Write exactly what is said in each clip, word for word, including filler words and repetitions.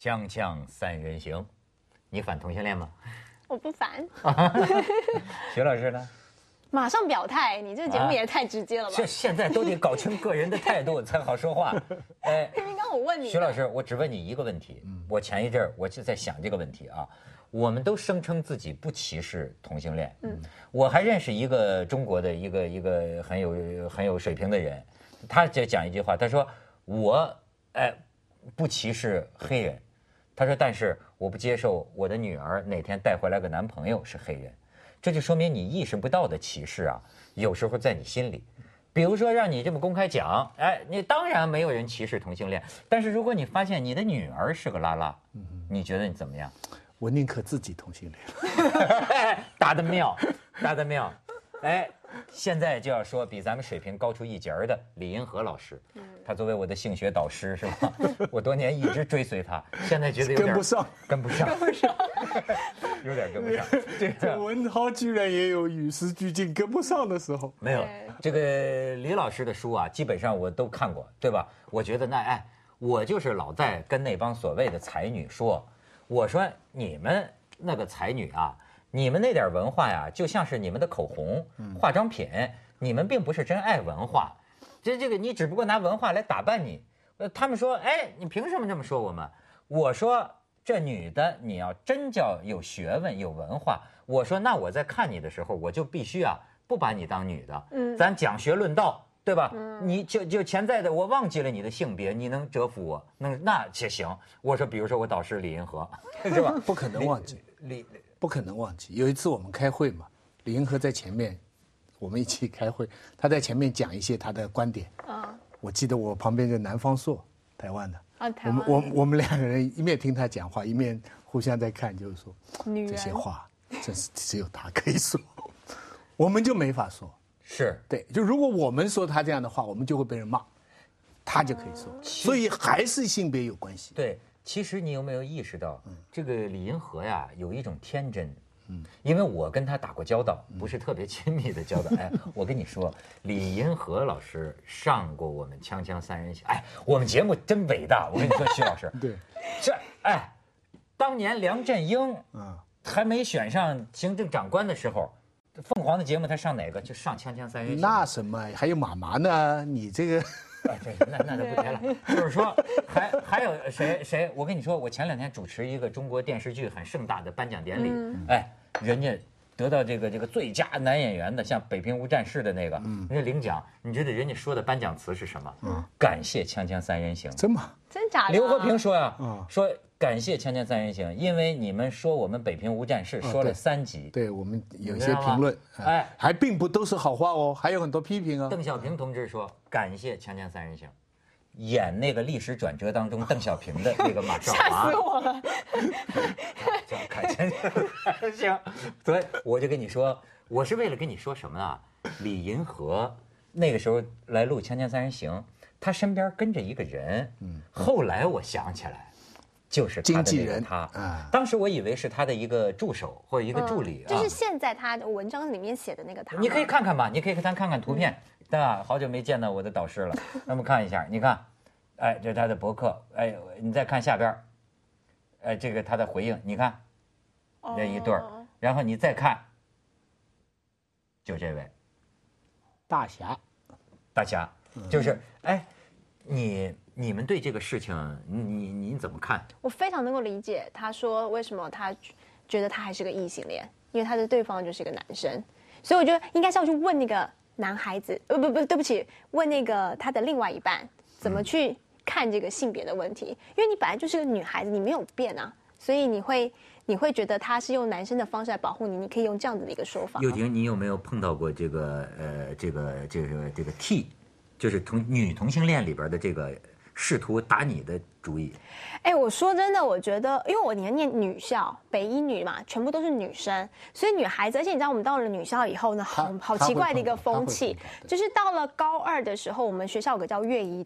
锵锵三人行，你反同性恋吗？ 我不反。 徐老师呢？ 马上表态，你这个节目也太直接了吧？ 这现在都得搞清个人的态度才好说话。哎， 明明刚我问你， 徐老师，我只问你一个问题。我前一阵儿我就在想这个问题啊。我们都声称自己不歧视同性恋。嗯，我还认识一个中国的一个一个很有很有水平的人，他就讲一句话，他说我哎不歧视黑人，他说但是我不接受我的女儿哪天带回来个男朋友是黑人，这就说明你意识不到的歧视啊，有时候在你心里。比如说让你这么公开讲，哎，你当然没有人歧视同性恋，但是如果你发现你的女儿是个拉拉，你觉得你怎么样？ 我宁可自己同性恋。 答得妙，答得妙。哎，现在就要说比咱们水平高出一截儿的李银河老师，他作为我的性学导师是吧？我多年一直追随他，现在觉得有点跟不上， 跟不上， 跟不上， 有点跟不上。这个文豪居然也有与时俱进跟不上的时候。 没有，这个李老师的书啊，基本上我都看过，对吧？我觉得那哎，我就是老在跟那帮所谓的才女说。我说你们那个才女啊，你们那点文化呀，就像是你们的口红、化妆品，你们并不是真爱文化。这这个你只不过拿文化来打扮你。呃，他们说，哎，你凭什么这么说我们？我说这女的你要真叫有学问、有文化，我说那我在看你的时候，我就必须啊不把你当女的，嗯，咱讲学论道。对吧？嗯、你就就潜在的，我忘记了你的性别，你能折服我？能那也行。我说，比如说我导师李银河，是吧？ 不可能忘记， 李不可能忘记。有一次我们开会嘛，李银河在前面，我们一起开会，他在前面讲一些他的观点。啊，我记得我旁边就南方朔，台湾的。啊，台湾。我们我我们两个人一面听他讲话，一面互相在看，就是说这些话真是只有他可以说，我们就没法说。 是对，就如果我们说他这样的话，我们就会被人骂，他就可以说，所以还是性别有关系。 对，其实你有没有意识到，嗯、这个李银河呀，有一种天真。嗯，因为我跟他打过交道，不是特别亲密的交道。嗯、哎，我跟你说，李银河老师上过我们《锵锵三人行》，哎，我们节目真伟大。我跟你说，徐老师， 对， 这哎，当年梁振英啊还没选上行政长官的时候。凤凰的节目他上哪个就上《锵锵三人行》。 那什么还有妈妈呢？你这个， 哎，对，那那就不提了。就是说，还还有谁谁？我跟你说，我前两天主持一个中国电视剧很盛大的颁奖典礼，嗯、哎，人家得到这个这个最佳男演员的，像《北平无战事》的那个，嗯、人家领奖，你知道人家说的颁奖词是什么？嗯，感谢《锵锵三人行》。 真吗？ 真假的？ 刘和平说呀，嗯、说。感谢《锵锵三人行》，因为你们说我们北平无战事说了三集， 哦、对, 对我们有些评论，哎，还并不都是好话哦，还有很多批评啊。 邓小平同志说：“感谢《锵锵三人行》，演那个历史转折当中邓小平的那个马少华， 吓死我了。 叫看《锵锵三人行》，所以我就跟你说，我是为了跟你说什么呢？李银河那个时候来录《锵锵三人行》，他身边跟着一个人，嗯，后来我想起来。”就是他的那个他啊，当时我以为是他的一个助手或者一个助理、 嗯，就是现在他的文章里面写的那个他。 你可以看看吧，你可以咱看看图片，对吧？好久没见到我的导师了，咱们看一下，你看，哎，这是他的博客，哎，你再看下边，哎，这个他的回应，你看，这一对儿，然后你再看，就这位， 大侠， 大侠，就是哎，你。你们对这个事情，你你你怎么看？ 我非常能够理解他说为什么他觉得他还是个异性恋，因为他的对方就是一个男生，所以我觉得应该是要去问那个男孩子，呃不不对不起，问那个他的另外一半怎么去看这个性别的问题，因为你本来就是个女孩子，你没有变啊，所以你会你会觉得他是用男生的方式来保护你，你可以用这样子的一个说法。 幼婷，你有没有碰到过这个呃这个这个这个 T， 就是同女同性恋里边的这个？试图打你的主意， 哎，我说真的，我觉得，因为我念念女校，北一女嘛，全部都是女生，所以女孩子，而且你知道，我们到了女校以后呢，好好奇怪的一个风气，就是到了高二的时候，我们学校有个叫乐仪队，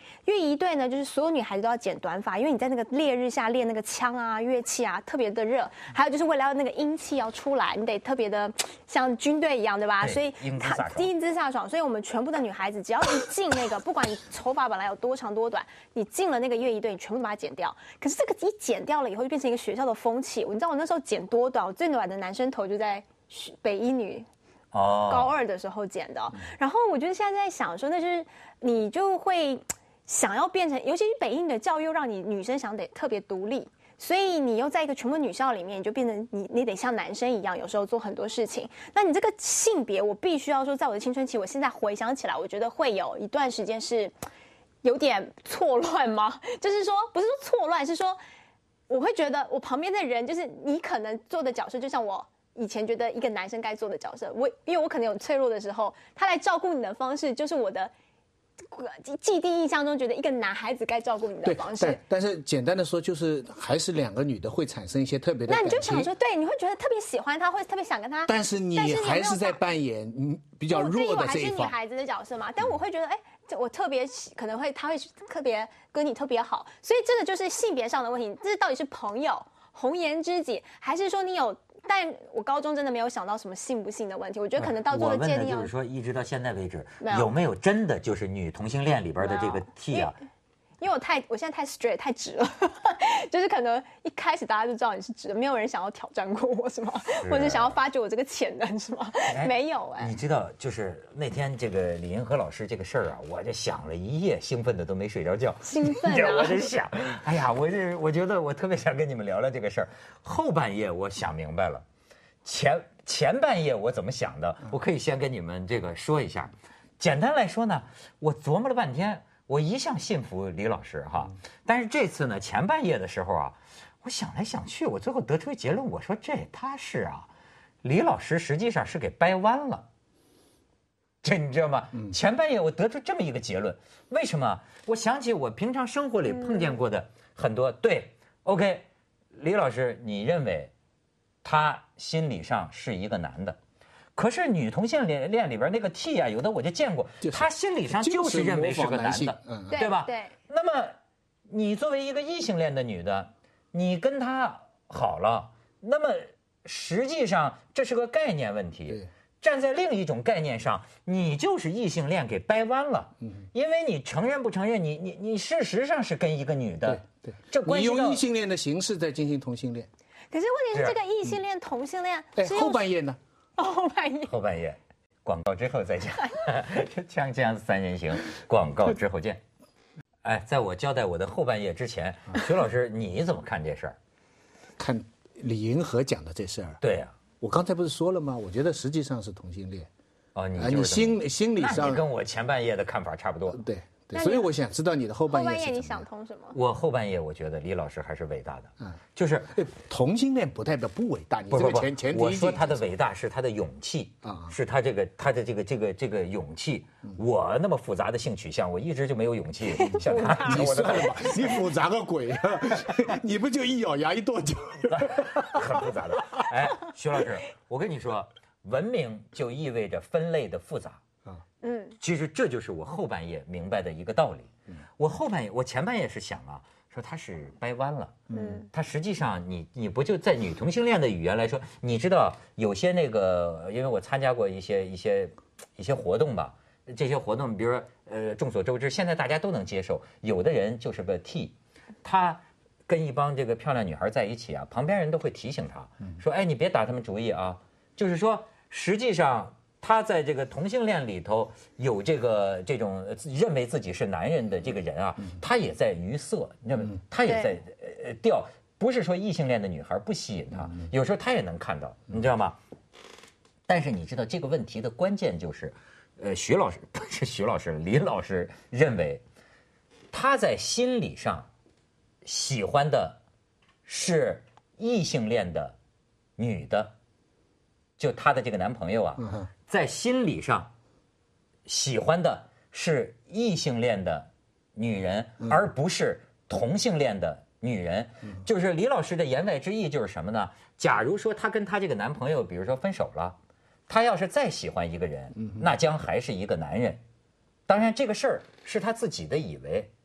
乐仪队呢，就是所有女孩子都要剪短发，因为你在那个烈日下练那个枪啊、乐器啊，特别的热。还有就是为了要那个英气要出来，你得特别的像军队一样，对吧？所以英姿飒爽。 英姿飒爽。所以我们全部的女孩子，只要一进那个，不管你头发本来有多长多短，你进了那个乐仪队，你全部都把它剪掉。可是这个一剪掉了以后，就变成一个学校的风气。你知道我那时候剪多短？我最短的男生头就在北一女。哦，高二的时候剪的，然后我觉得现在在想说，那就是你就会想要变成，尤其是北英的教育，又让你女生想得特别独立，所以你又在一个全部女校里面，你就变成你你得像男生一样，有时候做很多事情。那你这个性别，我必须要说，在我的青春期，我现在回想起来，我觉得会有一段时间是有点错乱吗？就是说，不是说错乱，是说我会觉得我旁边的人，就是你可能做的角色，就像我。以前觉得一个男生该做的角色，我因为我可能有脆弱的时候，他来照顾你的方式，就是我的既定印象中觉得一个男孩子该照顾你的方式。 对，但是简单的说，就是还是两个女的会产生一些特别的感情。 那你就想说，对，你会觉得特别喜欢他，会特别想跟他。 但是你还是在扮演比较弱的这一方。 我还是女孩子的角色嘛，但我会觉得，哎，我特别可能会，他会特别跟你特别好，所以这个就是性别上的问题。这到底是朋友、红颜知己，还是说你有？但我高中真的没有想到什么信不信的问题，我觉得可能到最后界定要。我问的就是说，一直到现在为止，有没有真的就是女同性恋里边的这个 T 啊？ 因为我太，我现在太 straight 太直了，就是可能一开始大家就知道你是直的，没有人想要挑战过我是吗？或者想要发掘我这个潜能是吗？没有哎。 你知道，就是那天这个李银河老师这个事儿啊，我就想了一夜，兴奋的都没睡着觉。 兴奋啊！ 我就想，哎呀，我这我觉得我特别想跟你们聊聊这个事儿。后半夜我想明白了，前前半夜我怎么想的，我可以先跟你们这个说一下。简单来说呢，我琢磨了半天。我一向信服李老师哈，但是这次呢，前半夜的时候啊，我想来想去，我最后得出一结论，我说这他是啊，李老师实际上是给掰弯了，这你知道吗？前半夜我得出这么一个结论，为什么？我想起我平常生活里碰见过的很多，对 ，OK， 李老师，你认为他心理上是一个男的？可是女同性恋恋里边那个 T 啊，有的我就见过， 就是、 他心理上就是认为是个男的， 嗯、 对吧？ 对。 那么，你作为一个异性恋的女的，你跟他好了，那么实际上这是个概念问题。站在另一种概念上，你就是异性恋给掰弯了，嗯、因为你承认不承认，你你你事实上是跟一个女的， 对，对这关系到你用异性恋的形式在进行同性恋。 可是问题是，这个异性恋、同性恋， 哎，后半夜呢？ 后半夜， 后半夜，广告之后再讲。锵锵三人行，广告之后见。哎，在我交代我的后半夜之前，徐老师你怎么看这事儿？ 看李银河讲的这事儿。 对呀、啊， 我刚才不是说了吗？我觉得实际上是同性恋。 哦，你、啊、 你心心理上， 你跟我前半夜的看法差不多。 对。对，所以我想知道你的后半夜。 后半夜你想通什么？ 我后半夜我觉得李老师还是伟大的，嗯，就是同性恋不代表不伟大，你这个前前提。 我说他的伟大是他的勇气啊，是他这个他的这个这个这个勇气。我那么复杂的性取向，我一直就没有勇气像他。 你算了吧，你复杂个鬼啊！你不就一咬牙一跺脚？ 很复杂的。哎，徐老师，我跟你说，文明就意味着分类的复杂。嗯，其实这就是我后半夜明白的一个道理。嗯，我后半夜，我前半夜是想啊，说他是掰弯了。嗯，他实际上你你不就在女同性恋的语言来说，你知道有些那个，因为我参加过一些一些一些活动吧，这些活动，比如说呃，众所周知，现在大家都能接受，有的人就是个 T， 他跟一帮这个漂亮女孩在一起啊，旁边人都会提醒他，说，哎，你别打他们主意啊，就是说实际上。他在这个同性恋里头有这个这种认为自己是男人的这个人啊，他也在鱼色，你知道吗？他也在呃钓，不是说异性恋的女孩不吸引他，有时候他也能看到，你知道吗？但是你知道这个问题的关键就是，呃，徐老师不是徐老师，李老师认为他在心理上喜欢的是异性恋的女的，就他的这个男朋友啊。嗯，在心理上喜欢的是异性恋的女人，嗯、而不是同性恋的女人。嗯、就是李老师的言外之意就是什么呢？假如说她跟她这个男朋友，比如说分手了，她要是再喜欢一个人，嗯、那将还是一个男人。当然，这个事儿是她自己的以为，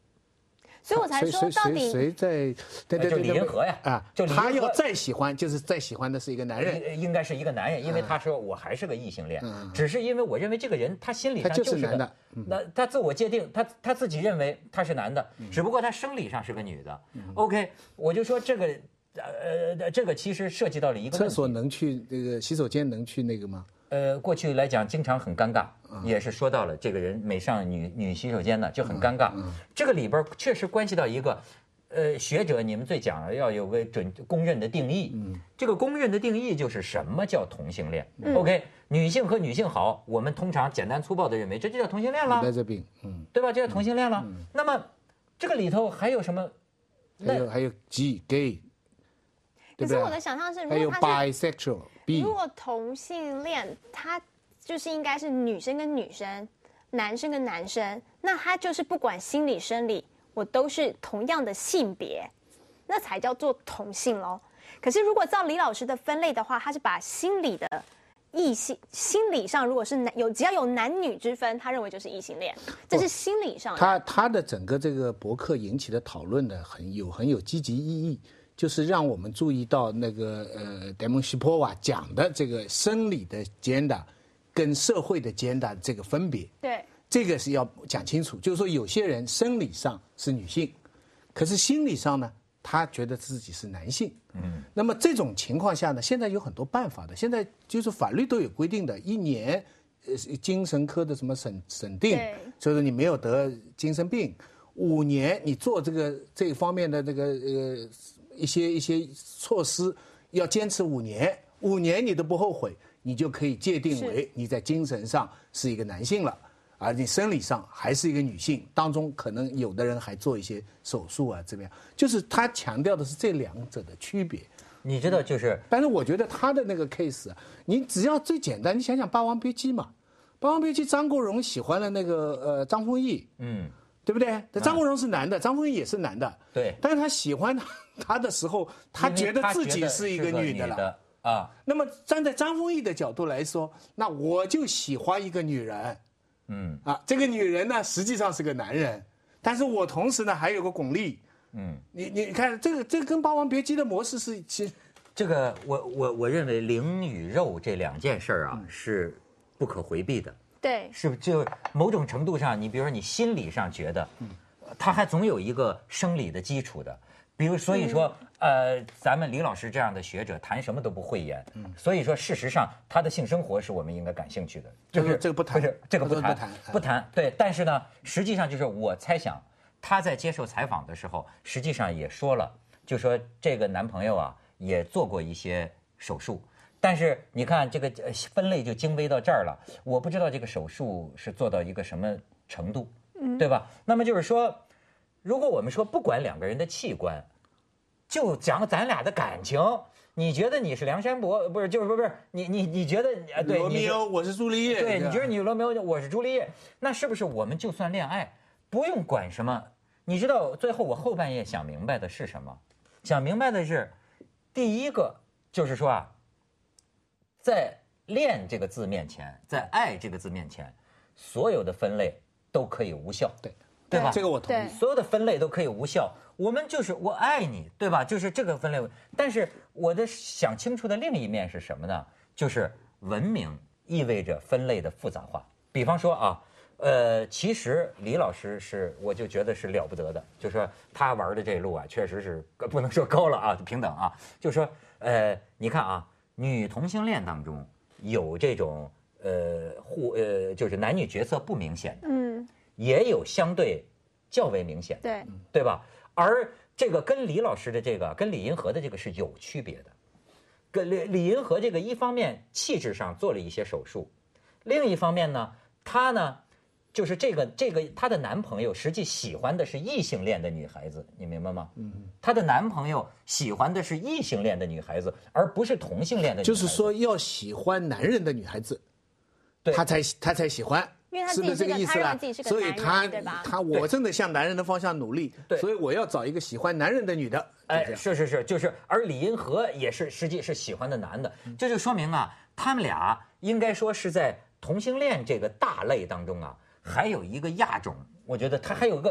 所以我才说到底谁在？对对对，就李银河呀啊，就他要再喜欢，就是再喜欢的是一个男人， 应该是一个男人，因为他说我还是个异性恋，只是因为我认为这个人他心理上就是男的， 那他自我界定，他他自己认为他是男的，只不过他生理上是个女的。OK， 我就说这个。呃，这个其实涉及到了一个厕所能去那个洗手间能去那个吗？ 呃，过去来讲经常很尴尬，也是说到了这个人每上女女洗手间呢就很尴尬。这个里边确实关系到一个，呃，学者你们最讲要有个准公认的定义。这个公认的定义就是什么叫同性恋。OK， 女性和女性好，我们通常简单粗暴的认为这就叫同性恋了， 带着病，嗯， 对吧？这叫同性恋了。那么这个里头还有什么？ 还有还有 G gay。 可是我的想象是， 还有 bisexual， 如果同性恋，他就是应该是女生跟女生，男生跟男生，那他就是不管心理生理，我都是同样的性别，那才叫做同性咯。可是如果照李老师的分类的话，他是把心理的异性，心理上如果是男有只要有男女之分，他认为就是异性恋，这是心理上的。 他他的整个这个博客引起的讨论呢，很有很有积极意义。就是让我们注意到那个呃，戴蒙西波娃讲的这个生理的 gender 跟社会的 gender 这个分别。 对， 这个是要讲清楚。就是说，有些人生理上是女性，可是心理上呢，他觉得自己是男性。嗯，那么这种情况下呢，现在有很多办法的。现在就是法律都有规定的，一年呃精神科的什么审审定，就是你没有得精神病，五年你做这个这方面的这个呃。一些一些措施要坚持五年，五年你都不后悔，你就可以界定为你在精神上是一个男性了，而你生理上还是一个女性。当中可能有的人还做一些手术啊，怎么样？就是他强调的是这两者的区别。 你知道，就是， 但是我觉得他的那个 case， 你只要最简单，你想想《霸王别姬》嘛，《霸王别姬》张国荣喜欢了那个呃张丰毅，嗯。对不对？张国荣是男的，张丰毅也是男的。 对， 但是他喜欢他的时候，他觉得自己是一个女的了啊。那么站在张丰毅的角度来说，那我就喜欢一个女人，嗯啊，这个女人呢实际上是个男人，但是我同时呢还有个巩俐，嗯，你你看这个这个跟《霸王别姬》的模式是其实这个我我我认为灵与肉这两件事啊、嗯、是不可回避的。 对， 是就某种程度上，你比如说你心理上觉得，他还总有一个生理的基础的，比如所以说，呃，咱们李老师这样的学者谈什么都不讳言，所以说事实上他的性生活是我们应该感兴趣的， 就是这个不谈， 不是这个不谈不谈不谈，对，但是呢，实际上就是我猜想他在接受采访的时候，实际上也说了，就说这个男朋友啊也做过一些手术。但是你看这个分类就精微到这儿了，我不知道这个手术是做到一个什么程度，对吧？那么就是说，如果我们说不管两个人的器官，就讲咱俩的感情，你觉得你是梁山伯，不是就是不是不是你你你觉得对罗密欧我是朱丽叶， 对，你觉得你罗密欧我是朱丽叶，那是不是我们就算恋爱不用管什么？你知道最后我后半夜想明白的是什么？想明白的是，第一个就是说啊。在恋这个字面前，在爱这个字面前，所有的分类都可以无效， 对对吧？ 这个我同意。 所有的分类都可以无效，我们就是我爱你，对吧？就是这个分类。但是我的想清楚的另一面是什么呢？就是文明意味着分类的复杂化。比方说啊，呃，其实李老师是，我就觉得是了不得的，就是说他玩的这路啊，确实是不能说高了啊，平等啊，就是说，呃，你看啊。女同性恋当中有这种呃互呃就是男女角色不明显的，嗯，也有相对较为明显的， 对对吧？而这个跟李老师的这个跟李银河的这个是有区别的，跟李李银河这个一方面气质上做了一些手术，另一方面呢，她呢就是这个这个她的男朋友实际喜欢的是异性恋的女孩子，你明白吗？嗯，她的男朋友喜欢的是异性恋的女孩子，而不是同性恋的女孩子。 就是说要喜欢男人的女孩子，对，她才她才喜欢。 因为他自己是个，他认为自己是个男人， 所以他对吧？ 他我正在向男人的方向努力， 对， 所以我要找一个喜欢男人的女的。 哎，是是是，就是，而李银河也是实际是喜欢的男的，这就说明啊，他们俩应该说是在同性恋这个大类当中啊，还有一个亚种，我觉得他还有个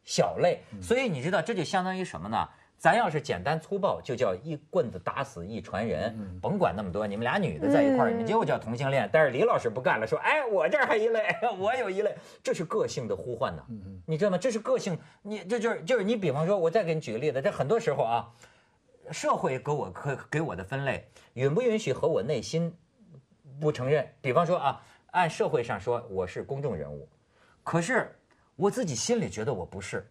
小类。所以你知道，这就相当于什么呢？咱要是简单粗暴，就叫一棍子打死一船人，嗯、甭管那么多，你们俩女的在一块儿，嗯、你就叫同性恋。但是李老师不干了，说，哎，我这儿还一类，我有一类，这是个性的呼唤呐，嗯、你知道吗？这是个性，你这就是就是你，比方说，我再给你举个例子，这很多时候啊，社会给我给给我的分类，允不允许和我内心不承认？比方说啊，按社会上说我是公众人物，可是我自己心里觉得我不是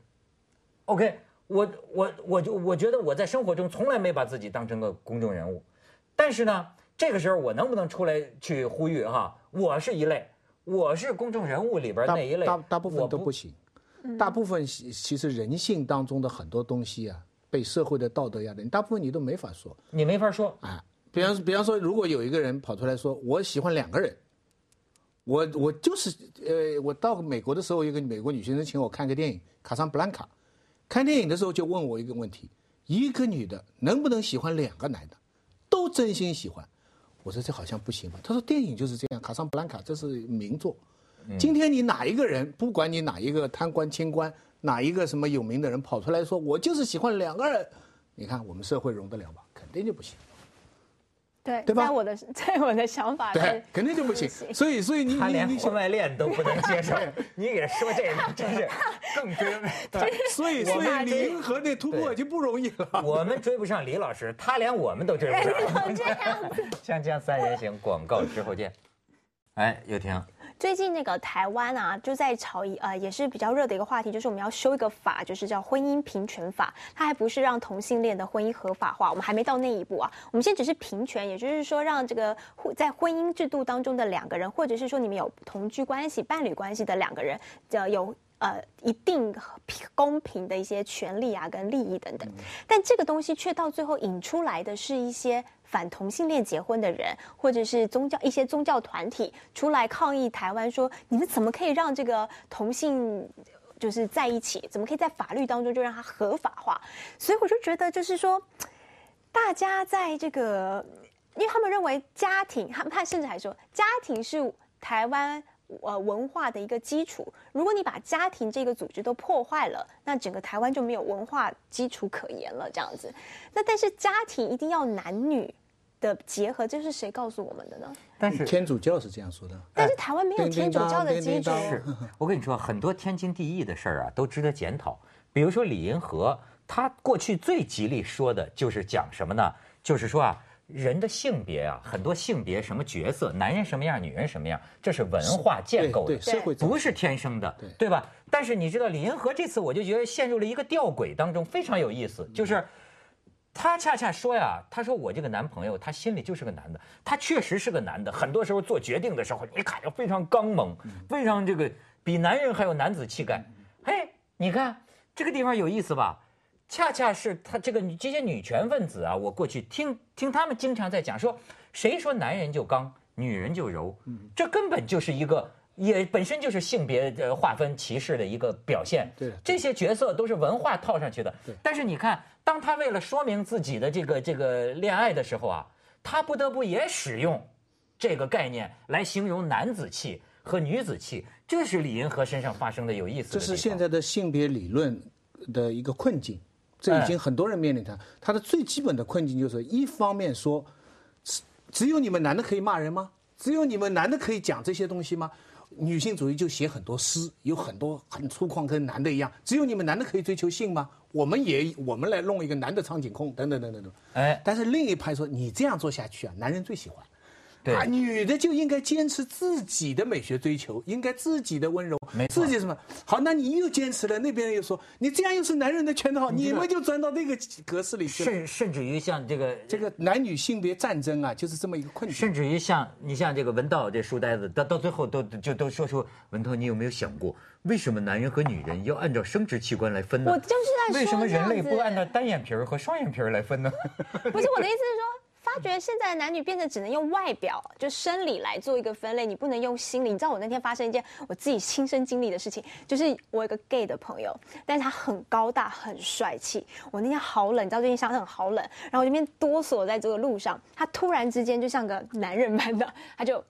，OK。我我我就我觉得我在生活中从来没把自己当成个公众人物，但是呢，这个时候我能不能出来去呼吁哈？我是一类，我是公众人物里边那一类， 大大部分都不行。大部分其实人性当中的很多东西啊，被社会的道德压的，大部分你都没法说， 你没法说啊。比方比方说，如果有一个人跑出来说我喜欢两个人，我我就是呃，我到美国的时候，一个美国女学生请我看个电影《卡桑布兰卡》。看电影的时候就问我一个问题：一个女的能不能喜欢两个男的，都真心喜欢？我说这好像不行吧。他说电影就是这样，《卡桑布兰卡》这是名作。今天你哪一个人，不管你哪一个贪官清官，哪一个什么有名的人跑出来说我就是喜欢两个人，你看我们社会容得了吗？肯定就不行。 对， 对吧？ 在我的在我的想法， 对，肯定就不行。所以，所以你他连婚外恋都不能接受，你给说这个真是更追。 所以，所以李银河那突破已经不容易了。 我们追不上李老师，他连我们都追不上。 这样子。 锵锵三人行，广告之后见。哎，又婷。 最近那个台湾啊，就在炒一呃，也是比较热的一个话题，就是我们要修一个法，就是叫婚姻平权法。它还不是让同性恋的婚姻合法化，我们还没到那一步啊。我们现在只是平权，也就是说让这个在婚姻制度当中的两个人，或者是说你们有同居关系、伴侣关系的两个人，呃，有呃一定公平的一些权利啊跟利益等等。但这个东西却到最后引出来的是一些反同性恋结婚的人，或者是宗教一些宗教团体出来抗议台湾，说你们怎么可以让这个同性就是在一起，怎么可以在法律当中就让它合法化？所以我就觉得就是说，大家在这个，因为他们认为家庭，他们他甚至还说家庭是台湾呃文化的一个基础，如果你把家庭这个组织都破坏了，那整个台湾就没有文化基础可言了，这样子。那但是家庭一定要男女的结合，这是谁告诉我们的呢？ 但是天主教是这样说的。 但是台湾没有天主教的基础。 是，我跟你说，很多天经地义的事儿啊，都值得检讨。比如说李银河，他过去最极力说的就是讲什么呢？就是说啊，人的性别啊，很多性别什么角色，男人什么样，女人什么样，这是文化建构的， 对社会不是天生的， 对对吧？但是你知道李银河这次，我就觉得陷入了一个吊诡当中，非常有意思，就是。他恰恰说呀，他说我这个男朋友，他心里就是个男的，他确实是个男的。很多时候做决定的时候，你看着非常刚猛，非常这个比男人还有男子气概。嘿，你看这个地方有意思吧？恰恰是他这个这些女权分子啊，我过去听听他们经常在讲说，谁说男人就刚，女人就柔，这根本就是一个。也本身就是性别呃划分歧视的一个表现， 对， 这些角色都是文化套上去的。 对， 但是你看，当他为了说明自己的这个这个恋爱的时候啊，他不得不也使用这个概念来形容男子气和女子气，这是李银河身上发生的有意思的地方。 这是现在的性别理论的一个困境，这已经很多人面临它。它的最基本的困境就是，一方面说，只有你们男的可以骂人吗？只有你们男的可以讲这些东西吗？女性主义就写很多诗，有很多很粗犷，跟男的一样。只有你们男的可以追求性吗？我们也我们来弄一个男的苍井空，等等等等等。哎，但是另一派说，你这样做下去啊，男人最喜欢。 对啊，女的就应该坚持自己的美学追求，应该自己的温柔，自己什么好？那你又坚持了，那边人又说你这样又是男人的圈套，你们就钻到那个格式里去了。 甚甚至于像这个这个男女性别战争啊，就是这么一个困境。 甚至于像你像这个文道这书呆子，到到最后都就都说出文涛，你有没有想过，为什么男人和女人要按照生殖器官来分呢？ 我就是在说为什么人类不按照单眼皮儿和双眼皮儿来分呢？ 不是我的意思是说。发觉现在的男女变得只能用外表，就生理来做一个分类，你不能用心理。你知道我那天发生一件我自己亲身经历的事情，就是我有个 gay 的朋友，但是他很高大很帅气。我那天好冷，你知道最近香港好冷，然后我这边哆嗦在这个路上，他突然之间就像个男人般的，他就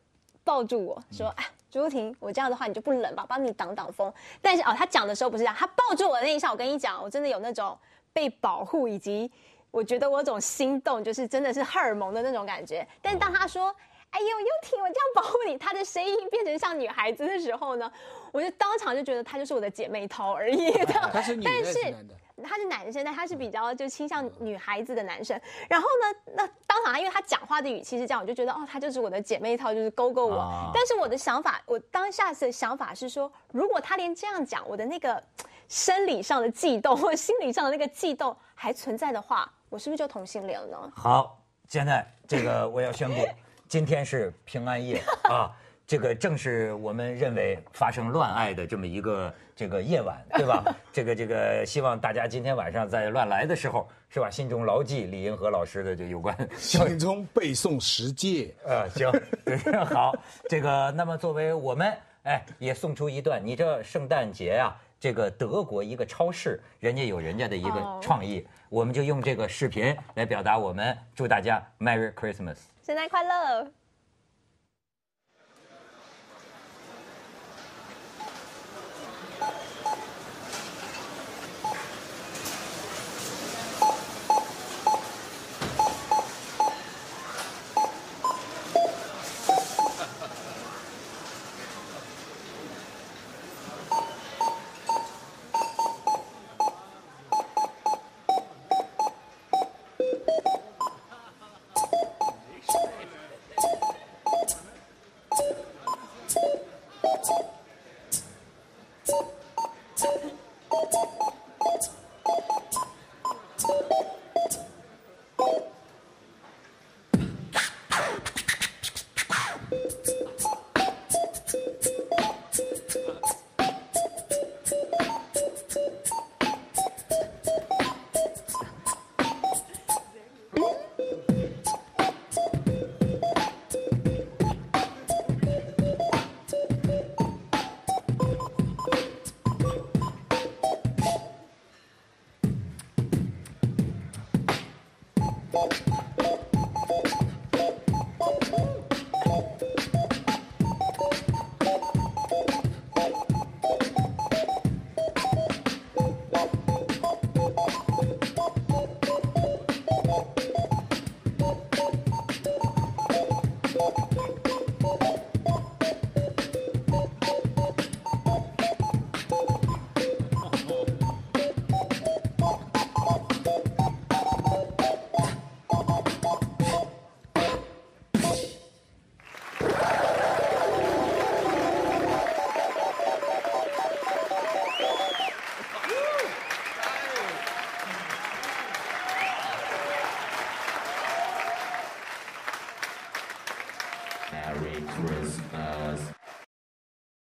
抱住我说：“哎，朱婷婷，我这样的话你就不冷吧，帮你挡挡风。”但是哦，他讲的时候不是这样，他抱住我的那一下，我跟你讲，我真的有那种被保护，以及我觉得我有种心动，就是真的是荷尔蒙的那种感觉。但是当他说：“哎呦，优婷，我这样保护你”，他的声音变成像女孩子的时候呢，我就当场就觉得他就是我的姐妹淘而已。 他是女的还是男的？ 他是男生，但他是比较就倾向女孩子的男生。然后呢，那当场因为他讲话的语气是这样，我就觉得哦，他就是我的姐妹淘，就是勾勾我。啊、但是我的想法，我当下的想法是说，如果他连这样讲，我的那个生理上的悸动或心理上的那个悸动还存在的话，我是不是就同性恋了呢？ 好，现在这个我要宣布，今天是平安夜啊。这个正是我们认为发生乱爱的这么一个这个夜晚，对吧？这个这个，希望大家今天晚上在乱来的时候，是吧？心中牢记李银河老师的这有关， 心中背诵十戒。 呃，行，好，这个那么作为我们，哎，也送出一段，你这圣诞节呀、啊，这个德国一个超市，人家有人家的一个创意， oh. 我们就用这个视频来表达我们祝大家 Merry Christmas， 圣诞快乐。 Merry Christmas.